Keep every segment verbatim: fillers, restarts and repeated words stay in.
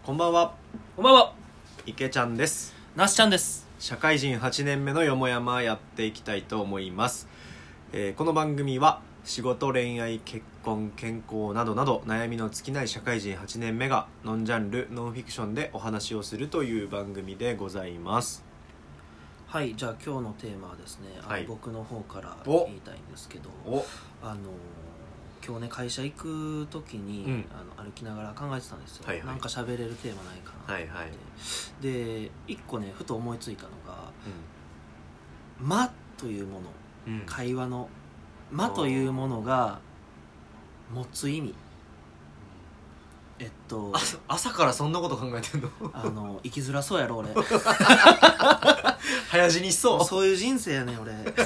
こんばんは。 こんばんは。 池ちゃんです。 なしちゃんです。 社会人はちねんめのよもやまやっていきたいと思います、えー、この番組は仕事、恋愛、結婚、健康などなど悩みの尽きない社会人はちねんめがノンジャンルノンフィクションでお話をするという番組でございます。 はい、じゃあ今日のテーマはですね、あの、はい、僕の方から言いたいんですけど、あの今日ね会社行く時に、うん、あの歩きながら考えてたんですよ、はいはい、なんか喋れるテーマないかなって、はいはい、で一個ねふと思いついたのが「間、うん」というもの、うん、会話の「間」というものが持つ意味、えっと朝からそんなこと考えてんのあの生きづらそうやろ俺早死にしそうそういう人生やねん俺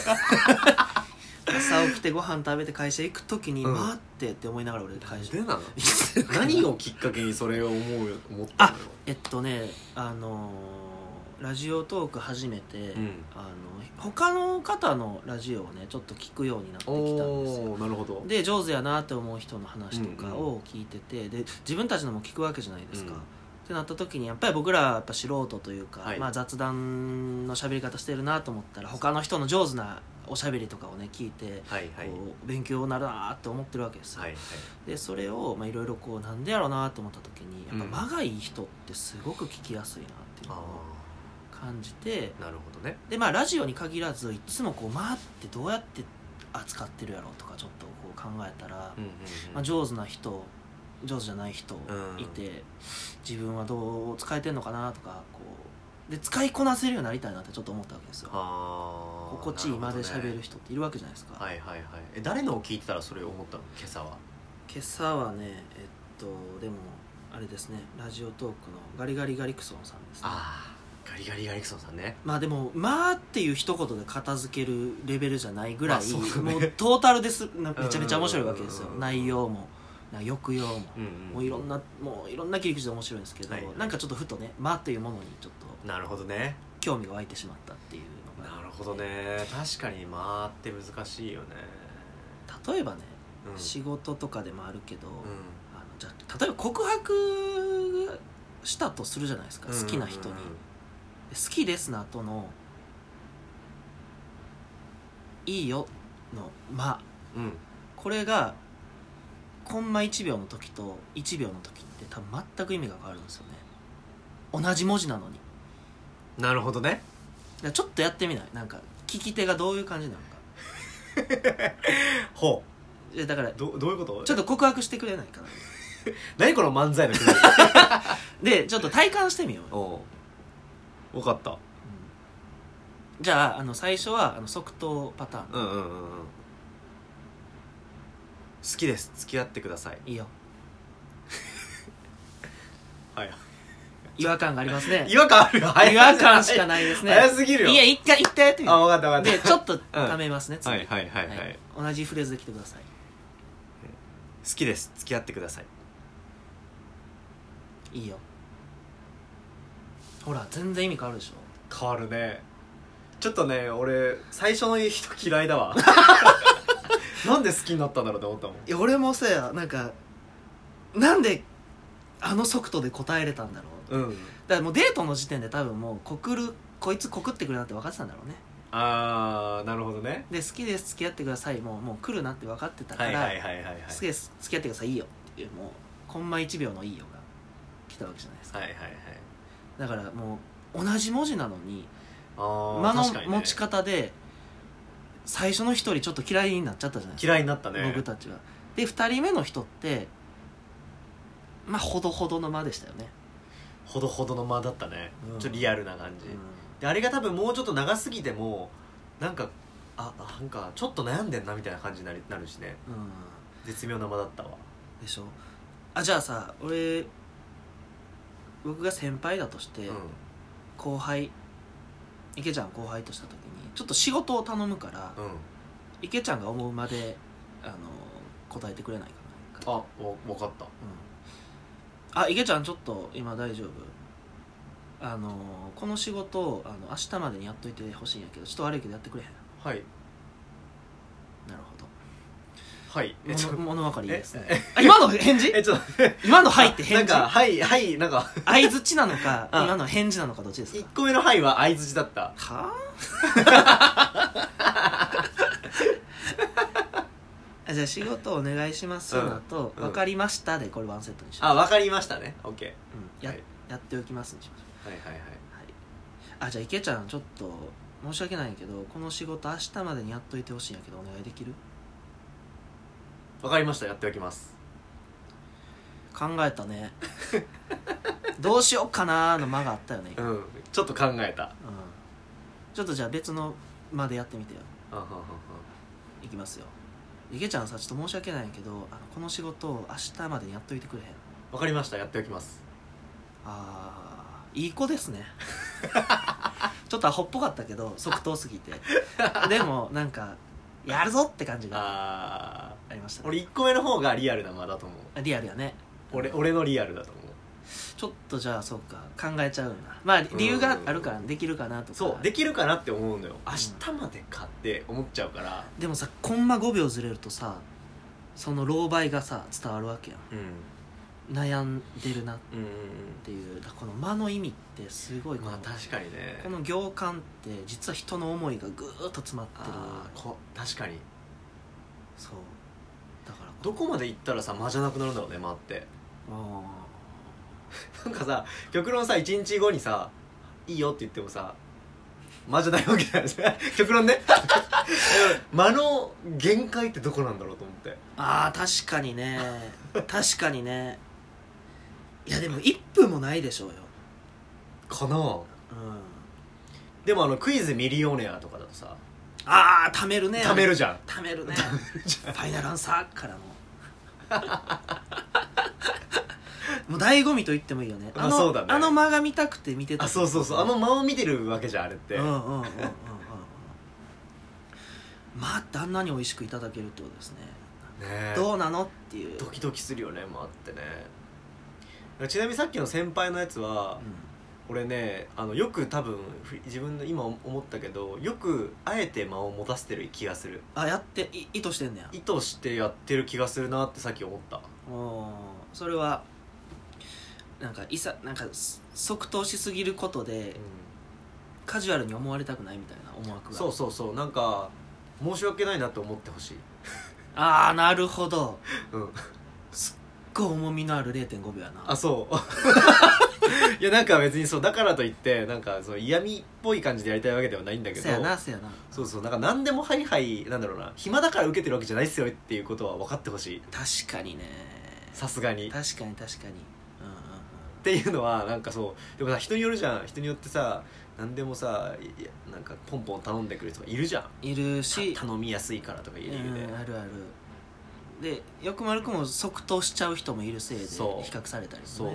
朝起きてご飯食べて会社行く時に、うん、待ってって思いながら俺会社でなの何をきっかけにそれを思うよ思ったのよ。 あえっとねあのー、ラジオトーク始めて、うん、あの他の方のラジオをねちょっと聞くようになってきたんですよ。 なるほど。 で上手やなって思う人の話とかを聞いてて、うんうん、で自分たちのも聞くわけじゃないですか、うん、ってなった時にやっぱり僕らはやっぱ素人というか、はい、まあ、雑談の喋り方してるなと思ったら他の人の上手なおしゃべりとかをね聞いて、はいはい、こう勉強になるなって思ってるわけですよ、はいはい、でそれをいろいろこうなんでやろうなと思った時にやっぱ間がいい人ってすごく聞きやすいなっていうのを感じて、 なるほどね。 でまあラジオに限らずいつもこう間ってどうやって扱ってるやろうとかちょっとこう考えたら、うんうんうん、まあ、上手な人上手じゃない人いて、うん、自分はどう使えてんのかなとかこうで使いこなせるようになりたいなってちょっと思ったわけですよ。心地いい間で喋る人っているわけじゃないですか、 はいはいはい。え誰のを聞いてたらそれを思ったの今朝は。 今朝はねえっとでもあれですねラジオトークのガリガリガリクソンさんですね。 ああガリガリガリクソンさんね。 まあでもまあっていう一言で片付けるレベルじゃないぐらい、まあね、もうトータルですめちゃめちゃ面白いわけですよ。内容も抑揚も、うんうん、もういろんなもういろんな切り口で面白いんですけど、はいはい、なんかちょっとふとね間っていうものにちょっとなるほどね興味が湧いてしまったっていうのが。 なるほどね。確かに間って難しいよね。 例えばね、うん、仕事とかでもあるけど、うん、あのじゃあ例えば告白したとするじゃないですか、好きな人に、うんうんうん、好きですの後のいいよの間、うん、これがコンマいちびょうの時といちびょうの時って多分全く意味が変わるんですよね。同じ文字なのに。 なるほどね。 ちょっとやってみない？なんか聞き手がどういう感じなのかほうだからど, どういうこと？ ちょっと告白してくれないかな何この漫才のくだりでちょっと体感してみよう。 おう分かった、うん、 じゃあ、あの最初はあの即答パターン、 うんうんうんうん、好きです付き合ってください。 いいよはい違和感がありますね。 違和感あるよ。 違和感しかないですね。 早すぎるよ。 いや一回一回やってみる。 あ分かった分かった。 でちょっとためますね、 うん、はいはいはいはい、はい、 同じフレーズで来てください。 好きです付き合ってください。 いいよ。ほら全然意味変わるでしょ。 変わるね。ちょっとね俺最初の人嫌いだわなんで好きになったんだろうって思ったもん。 いや俺もさやなんかなんであの速度で答えれたんだろう、うん、だからもうデートの時点で多分もう告るこいつ告ってくるなって分かってたんだろうね。 あーなるほどね。で好きです付き合ってくださいもうもう来るなって分かってたから、はいはいはいはいはい、好きです付き合ってくださいいいよっていうもうコンマいちびょうのいいよが来たわけじゃないですか。 はいはいはい。 だからもう同じ文字なのに間の持ち方で最初の一人ちょっと嫌いになっちゃったじゃないですか。 嫌いになったね僕たちは。で二人目の人ってまあほどほどの間でしたよね。 ほどほどの間だったね、うん、ちょっとリアルな感じ、うん、であれが多分もうちょっと長すぎてもなんかあなんかちょっと悩んでんなみたいな感じになるしね、うん、絶妙な間だったわ。でしょ。あじゃあさ俺僕が先輩だとして、うん、後輩池ちゃん後輩とした時にちょっと仕事を頼むから、うん、池ちゃんが思うまであの答えてくれないかな。 あ分かった、うん、 あ池ちゃんちょっと今大丈夫あのこの仕事をあの明日までにやっといてほしいんやけどちょっと悪いけどやってくれへん。 はいなるほど。 はいえちょ物分かりいいですね今の返事えちょ今のはいって返事なんかはいはいなんか相づちなのか今の返事なのかどっちですか。 いっこめのはいは相づちだった。 はあじゃあ仕事お願いしますだと、うん、分かりましたでこれワンセットにします。 あ分かりましたね OK、うん、 や, はい、やっておきますにしましょう。はいはいはい、はい、 あじゃあ池ちゃんちょっと申し訳ないけどこの仕事明日までにやっといてほしいんやけどお願いできる。 分かりましたやっておきます。 考えたねどうしようかなの間があったよね。 うんちょっと考えた、うん、 ちょっとじゃあ別の間でやってみてよ。 あははは。 いきますよ。池ちゃんさちょっと申し訳ないけどあのこの仕事を明日までにやっといてくれへん。 わかりましたやっておきます。 あーいい子ですねちょっとアホっぽかったけど即答すぎてでもなんかやるぞって感じがありましたね。 俺いっこめの方がリアルな間だと思う。 リアルやね。 俺, 俺のリアルだと思う。 ちょっとじゃあそうか考えちゃうんだ。まあ理由があるからできるかなとか。 そうできるかなって思うのよ。明日までかって思っちゃうから、 うん、でもさコンマごびょうずれるとさその狼狽がさ伝わるわけやん、うん、悩んでるなっていう、うんうん、だこの間の意味ってすごい。 まあ確かにねこの行間って実は人の思いがぐーっと詰まってる。 あこ確かにそうだからどこまで行ったらさ間じゃなくなるんだろうね間って。あなんかさ極論さいちにちごにさいいよって言ってもさ間じゃないわけじゃないですか極論ね間の限界ってどこなんだろうと思って。 あー確かにね確かにね。いやでもいっぷんもないでしょうよかな。うん、でもあのクイズミリオネアとかだとさあー貯めるね。 貯めるじゃん貯めるねファイナルアンサーからのもう醍醐味と言ってもいいよね。あの、そうだね、あの間が見たくて見てた。 あそうそうそうあの間を見てるわけじゃんあれって。うんうんうんうんうん間ってあんなに美味しくいただけるってことですね。 ねどうなのっていうドキドキするよね間ってね。ちなみにさっきの先輩のやつは、うん、俺ねあのよく多分自分の今思ったけどよくあえて間を持たせてる気がする。 あやってい意図してんねや。 意図してやってる気がするなってさっき思った。 おそれはなんかいさなんか即答しすぎることで、うん、カジュアルに思われたくないみたいな思惑が。 そうそうそうなんか申し訳ないなと思ってほしいああなるほど、 うん、 すっごい重みのある れいてんごびょうやな。 あそういやなんか別にそうだからといってなんかそう嫌味っぽい感じでやりたいわけではないんだけど。 せやなせやな。 そうそうなんか何でもはいはいなんだろうな暇だから受けてるわけじゃないっすよっていうことは分かってほしい。 確かにねさすがに確かに確かにっていうのはなんかそうでもさ人によるじゃん。人によってさ何でもさいやなんかポンポン頼んでくる人がいるじゃん。 いるし頼みやすいからとかいう理由で、 うん、あるあるでよくも悪くも即答しちゃう人もいるせいで比較されたりもね。 そう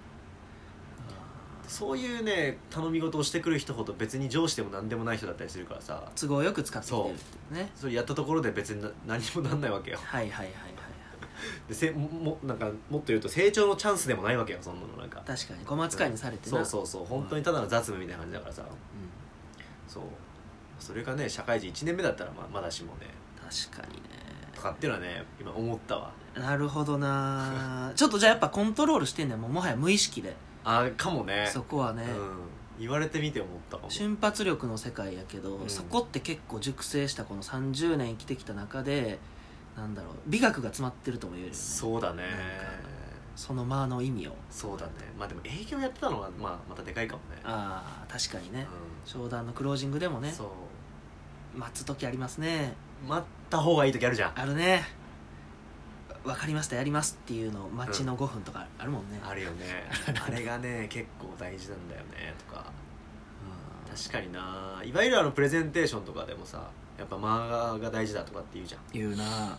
そういうね頼み事をしてくる人ほど別に上司でも何でもない人だったりするからさ都合よく使ってきてるってね。 それやったところで別に何もなんないわけよ。 はいはいはいはいでせもなんかもっと言うと成長のチャンスでもないわけよそんなの。なんか確かにごま使いにされてな、 うん、そうそうそう本当にただの雑務みたいな感じだからさ、うん、そうそれがね社会人いちねんめだったらまあまだしもね確かにねとかっていうのはね今思ったわ。 なるほどなちょっとじゃあやっぱコントロールしてんねんもうもはや無意識で。 あかもねそこはね、うん、 言われてみて思ったかも。 瞬発力の世界やけど、うん、そこって結構熟成したこのさんじゅうねん生きてきた中でなんだろう美学が詰まってるとも言えるよね。 そうだねその間の意味を。 そうだねまあでも営業やってたのは、まあ、またでかいかもね。 ああ確かにね、うん、商談のクロージングでもねそう待つ時ありますね。 待った方がいい時あるじゃん。 あるね分かりましたやりますっていうの待ちのごふんとかあるもんね、 うん、あるよねあれがね結構大事なんだよねとか、うん、確かにないわゆるあのプレゼンテーションとかでもさやっぱ間が大事だとかって言うじゃん。 言うないや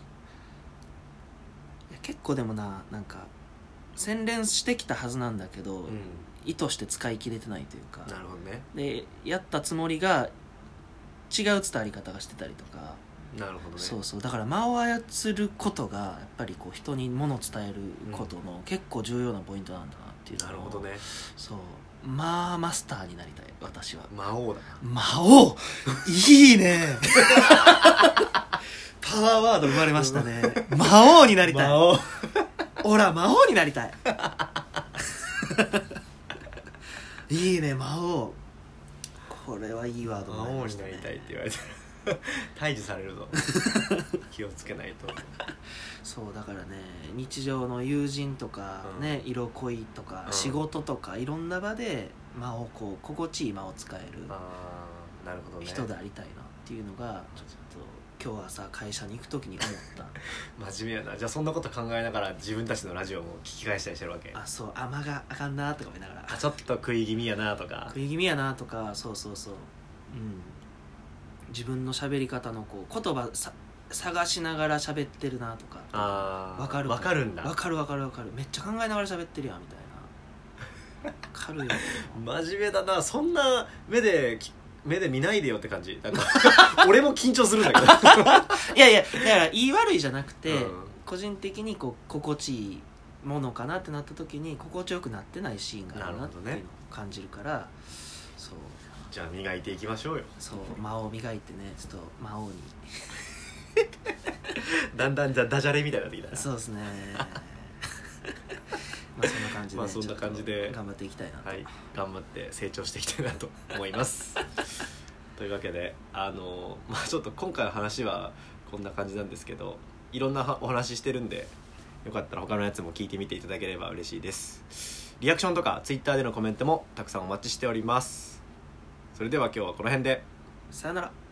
結構でもななんか洗練してきたはずなんだけど、うん、意図して使い切れてないというか。 なるほどね。 でやったつもりが違う伝わり方がしてたりとか。 なるほどね。 そうそうだから間を操ることがやっぱりこう人に物を伝えることの結構重要なポイントなんだなっていうのを、 なるほどね。 そう間マスターになりたい私は。 魔王だな。魔王いいねパワーワード生まれましたね魔王になりたい。 魔王オラ魔王になりたいいいね魔王。これはいいワード魔王になりたいって言われたら退治されるぞ気をつけないと。 そうだからね日常の友人とか、うん、ね色恋とか、うん、仕事とかいろんな場で間をこう心地いい間を使える人でありたいなっていうのがちょっと今日朝会社に行くときに思った真面目やな。じゃあそんなこと考えながら自分たちのラジオも聞き返したりしてるわけ。 あそうあ間があかんなとか思いながらあちょっと食い気味やなとか食い気味やなとかそうそうそう、うん、自分の喋り方のこう言葉さ探しながら喋ってるなとかあ分かる分かるんだ。 分かる分かる分かるめっちゃ考えながら喋ってるやんみたいな分かるよ真面目だな。そんな目で目で見ないでよって感じ。なんか俺も緊張するんだけどいやいやだから言い悪いじゃなくて、うん、個人的にこう心地いいものかなってなった時に心地よくなってないシーンがあるなっていうのを感じるから、ね、そうじゃあ磨いていきましょうよ。 そう間を磨いてねちょっと魔王にだんだんじゃダジャレみたいになってきた。 そうですねまあそんな感じで、 まあそんな感じで頑張っていきたいなと、 はい、頑張って成長していきたいなと思いますというわけであの、まあ、ちょっと今回の話はこんな感じなんですけどいろんなお話してるんでよかったら他のやつも聞いてみていただければ嬉しいです。リアクションとかツイッターでのコメントもたくさんお待ちしております。それでは今日はこの辺でさよなら。